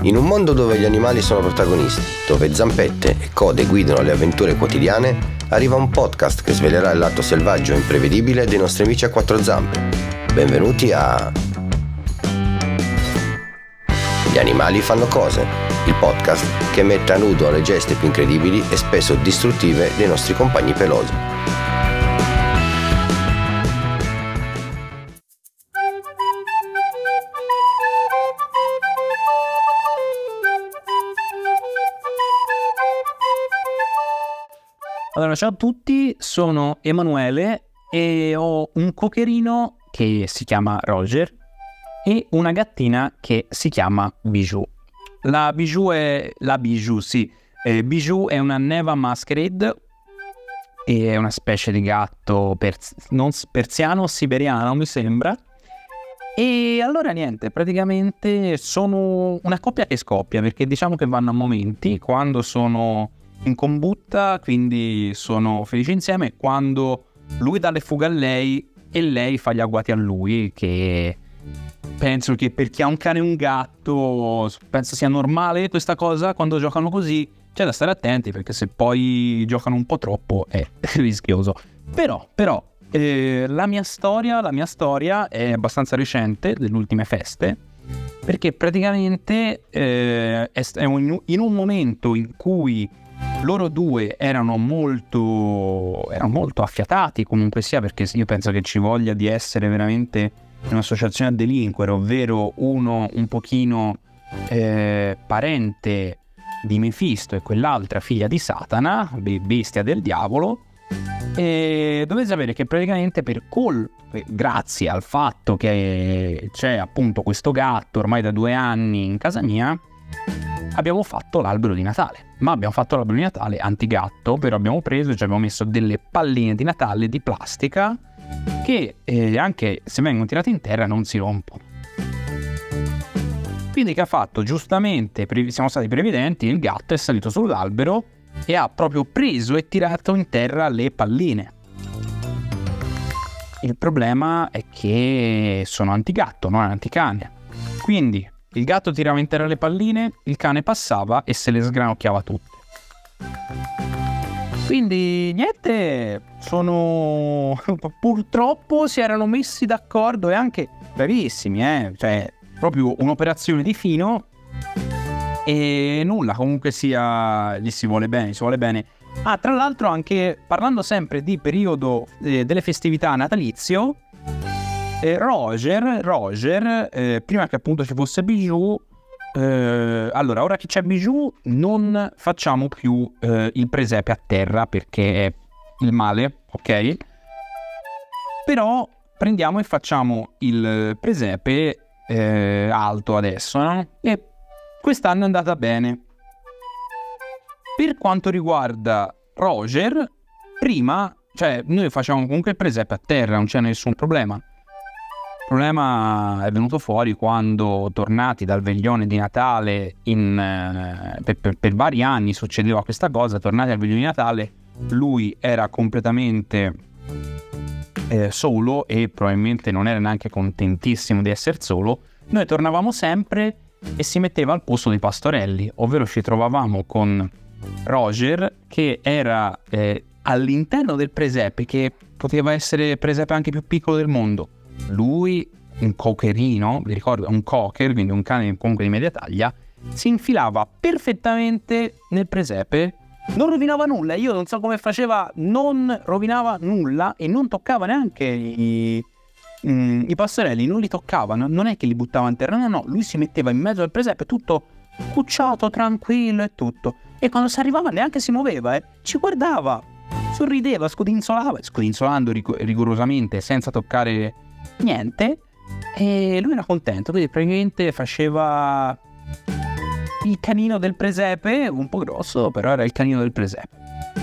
In un mondo dove gli animali sono protagonisti, dove zampette e code guidano le avventure quotidiane, arriva un podcast che svelerà il lato selvaggio e imprevedibile dei nostri amici a quattro zampe. Benvenuti a Gli animali fanno cose, il podcast che mette a nudo le geste più incredibili e spesso distruttive dei nostri compagni pelosi. Allora, ciao a tutti, sono Emanuele e ho un cocherino che si chiama Roger e una gattina che si chiama Bijou. Bijou è una Neva Masquerade e è una specie di gatto non persiano, siberiano mi sembra. E allora niente, praticamente sono una coppia che scoppia, perché diciamo che vanno a momenti, quando sono in combutta, quindi sono felici insieme, quando lui dà le fughe a lei e lei fa gli agguati a lui, che penso che per chi ha un cane e un gatto penso sia normale questa cosa. Quando giocano così c'è da stare attenti, perché se poi giocano un po' troppo è rischioso. Però la mia storia è abbastanza recente, delle ultime feste, perché praticamente è in un momento in cui loro due erano molto affiatati, comunque sia, perché io penso che ci voglia di essere veramente un'associazione a delinquere, ovvero uno un pochino parente di Mefisto e quell'altra figlia di Satana, bestia del diavolo. E dovete sapere che praticamente grazie al fatto che c'è appunto questo gatto ormai da 2 anni in casa mia, abbiamo fatto l'albero di Natale. Ma abbiamo fatto l'albero di Natale antigatto, però abbiamo preso e ci abbiamo messo delle palline di Natale di plastica che anche se vengono tirate in terra non si rompono. Quindi che ha fatto? Giustamente, siamo stati previdenti, il gatto è salito sull'albero e ha proprio preso e tirato in terra le palline. Il problema è che sono antigatto, non anticane. Quindi il gatto tirava in terra le palline, il cane passava e se le sgranocchiava tutte. Quindi niente, purtroppo si erano messi d'accordo, e anche bravissimi, cioè proprio un'operazione di fino. E nulla, comunque sia, gli si vuole bene. Ah, tra l'altro, anche parlando sempre di periodo delle festività natalizio, Roger, prima che appunto ci fosse Bijou, allora ora che c'è Bijou non facciamo più il presepe a terra, perché è il male, ok? Però prendiamo e facciamo il presepe alto adesso, no? E quest'anno è andata bene. Per quanto riguarda Roger, prima, cioè noi facciamo comunque il presepe a terra, non c'è nessun problema. Il problema è venuto fuori quando, tornati dal veglione di Natale, per vari anni succedeva questa cosa. Tornati al veglione di Natale, lui era completamente solo e probabilmente non era neanche contentissimo di essere solo. Noi tornavamo sempre e si metteva al posto dei pastorelli, ovvero ci trovavamo con Roger che era all'interno del presepe, che poteva essere il presepe anche più piccolo del mondo. Lui, un cocherino, vi ricordo, un cocker, quindi un cane comunque di media taglia, si infilava perfettamente nel presepe, non rovinava nulla. Io non so come faceva, non rovinava nulla e non toccava neanche i pastorelli, non li toccava, non è che li buttava in terra, no, lui si metteva in mezzo al presepe tutto cucciato, tranquillo e tutto. E quando si arrivava neanche si muoveva, ci guardava, sorrideva, scodinzolando rigorosamente senza toccare niente, e lui era contento. Quindi praticamente faceva il canino del presepe, un po' grosso, però era il canino del presepe.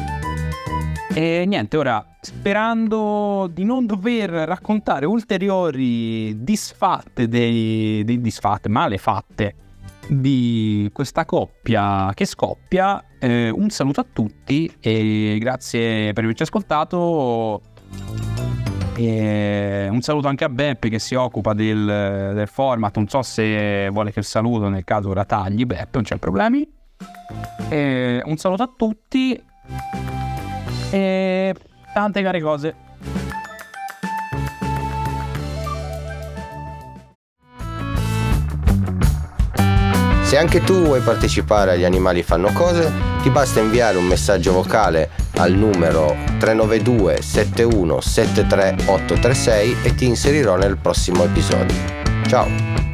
E niente, ora, sperando di non dover raccontare ulteriori malefatte di questa coppia che scoppia, un saluto a tutti e grazie per averci ascoltato. E un saluto anche a Beppe che si occupa del format. Non so se vuole che il saluto nel caso ora tagli. Beppe, non c'è problemi. E un saluto a tutti e tante care cose. Se anche tu vuoi partecipare agli Animali fanno cose, ti basta inviare un messaggio vocale al numero 392 71 73836 e ti inserirò nel prossimo episodio. Ciao!